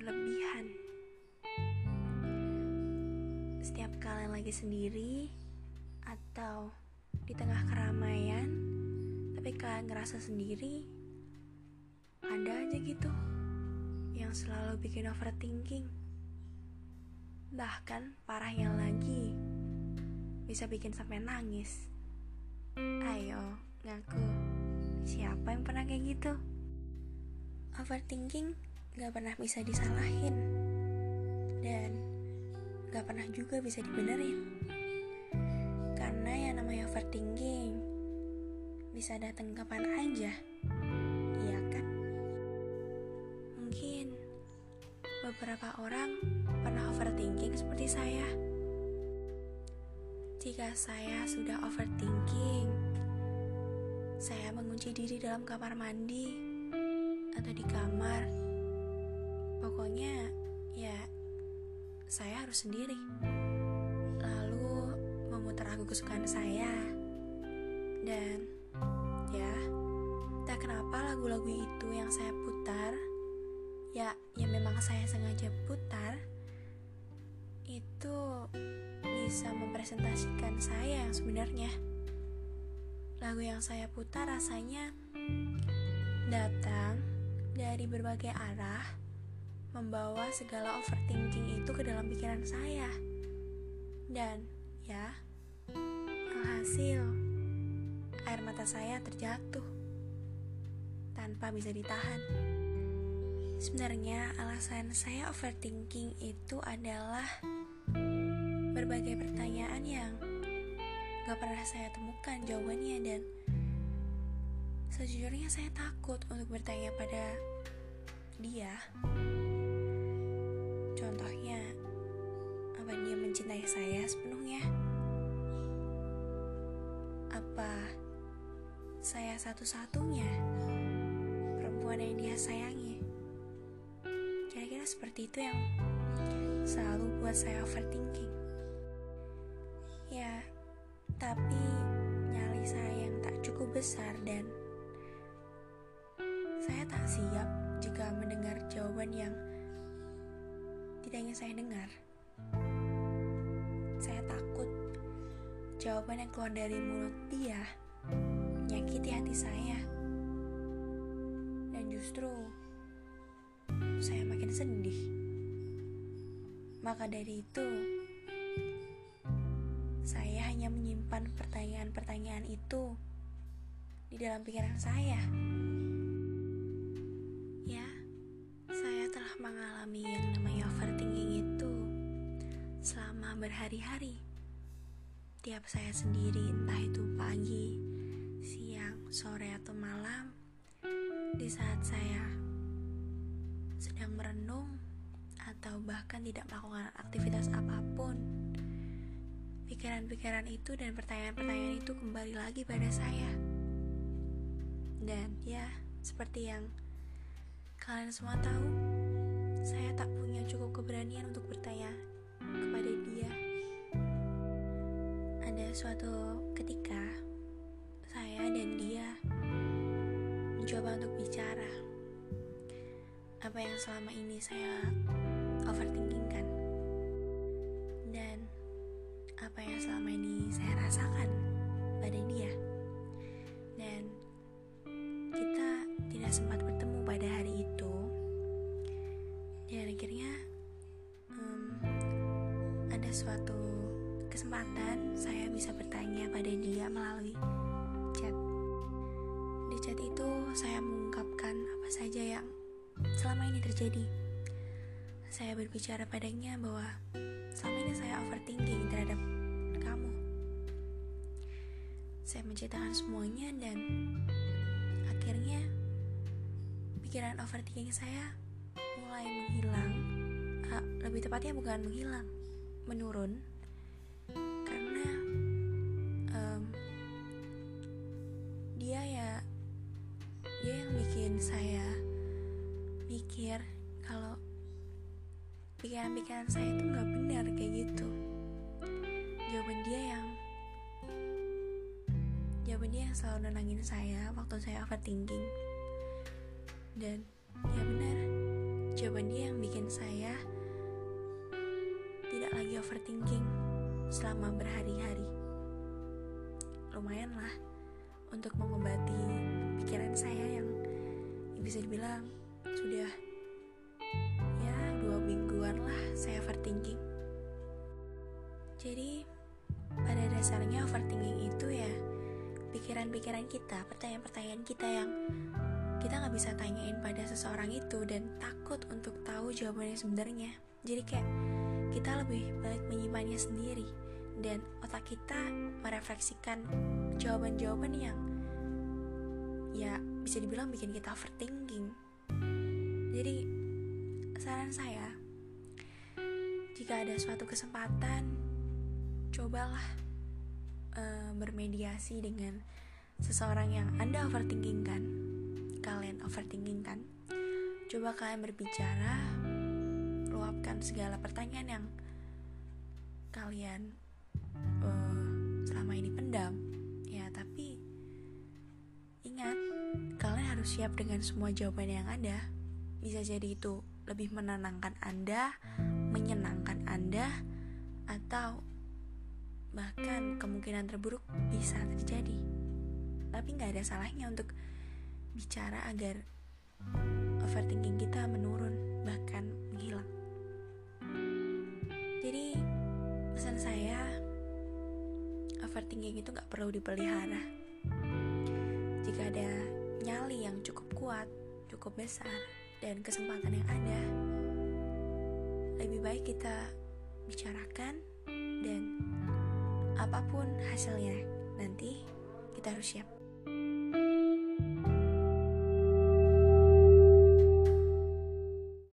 berlebihan. Setiap kalian lagi sendiri atau di tengah keramaian, tapi kalian ngerasa sendiri, ada aja gitu yang selalu bikin overthinking. Bahkan parahnya lagi, bisa bikin sampai nangis. Ayo, ngaku, siapa yang pernah kayak gitu? Overthinking gak pernah bisa disalahin, dan gak pernah juga bisa dibenerin. Karena yang namanya overthinking bisa datang kapan aja, iya kan? Mungkin beberapa orang pernah overthinking seperti saya. Jika saya sudah overthinking, saya mengunci diri dalam kamar mandi atau di kamar. Pokoknya ya saya harus sendiri. Lalu memutar lagu kesukaan saya. Dan ya, tak kenapa lagu-lagu itu yang saya putar, ya memang saya sengaja putar, itu bisa mempresentasikan saya yang sebenarnya. Lagu yang saya putar rasanya datang dari berbagai arah, membawa segala overthinking itu ke dalam pikiran saya. Dan ya, alhasil air mata saya terjatuh tanpa bisa ditahan. Sebenarnya alasan saya overthinking itu adalah berbagai pertanyaan yang gak pernah saya temukan jawabannya, dan sejujurnya saya takut untuk bertanya pada dia. Contohnya, apa dia mencintai saya sepenuhnya? Apa saya satu-satunya perempuan yang dia sayangi? Kira-kira seperti itu yang selalu buat saya overthinking. Ya, tapi nyali saya yang tak cukup besar, dan saya tak siap jika mendengar jawaban yang tidak ingin saya dengar. Saya takut jawaban yang keluar dari mulut dia menyakiti hati saya, dan justru saya makin sedih. Maka dari itu, saya hanya menyimpan pertanyaan-pertanyaan itu di dalam pikiran saya. Ya, saya telah mengalami yang namanya overthinking itu selama berhari-hari. Tiap saya sendiri, entah itu pagi, siang, sore, atau malam, di saat saya sedang merenung atau bahkan tidak melakukan aktivitas apapun, pikiran-pikiran itu dan pertanyaan-pertanyaan itu kembali lagi pada saya. Dan ya, seperti yang kalian semua tahu, saya tak punya cukup keberanian untuk bertanya kepada dia. Ada suatu ketika, saya dan dia mencoba untuk bicara apa yang selama ini saya overthinkingkan, dan apa yang selama ini saya rasakan pada dia. Dan kita tidak sempat bertemu pada hari itu. Dan akhirnya ada suatu kesempatan saya bisa bertanya pada dia melalui chat. Di chat itu saya mengungkapkan apa saja yang selama ini terjadi. Saya berbicara padanya bahwa selama ini saya overthinking terhadap kamu. Saya menceritakan semuanya, dan akhirnya pikiran overthinking saya mulai menghilang. Lebih tepatnya bukan menghilang, menurun. Karena dia yang bikin saya mikir kalau pikiran-pikiran saya itu gak benar kayak gitu. Jawaban dia yang selalu nenangin saya waktu saya overthinking. Dan ya benar, Jawaban dia yang bikin saya tidak lagi overthinking selama berhari-hari. Lumayan lah untuk mengobati pikiran saya yang bisa dibilang sudah 2 mingguan lah saya overthinking. Jadi pada dasarnya overthinking itu ya pikiran-pikiran kita, pertanyaan-pertanyaan kita yang kita gak bisa tanyain pada seseorang itu dan takut untuk tahu jawabannya sebenarnya. Jadi kayak kita lebih baik menyimpannya sendiri dan otak kita merefleksikan jawaban-jawaban yang ya bisa dibilang bikin kita overthinking. Jadi saran saya, jika ada suatu kesempatan, cobalah bermediasi dengan seseorang yang Anda overthinking kan. Kalian overthinking kan? Coba kalian berbicara, luapkan segala pertanyaan yang kalian selama ini pendam. Ya, tapi ingat, kalian harus siap dengan semua jawaban yang ada. Bisa jadi itu lebih menenangkan Anda, menyenangkan Anda, atau bahkan kemungkinan terburuk bisa terjadi. Tapi gak ada salahnya untuk bicara agar overthinking kita menurun, bahkan menghilang. Jadi pesan saya, overthinking itu gak perlu dipelihara. Jika ada nyali yang cukup kuat, cukup besar, dan kesempatan yang ada, lebih baik kita bicarakan, dan apapun hasilnya nanti kita harus siap.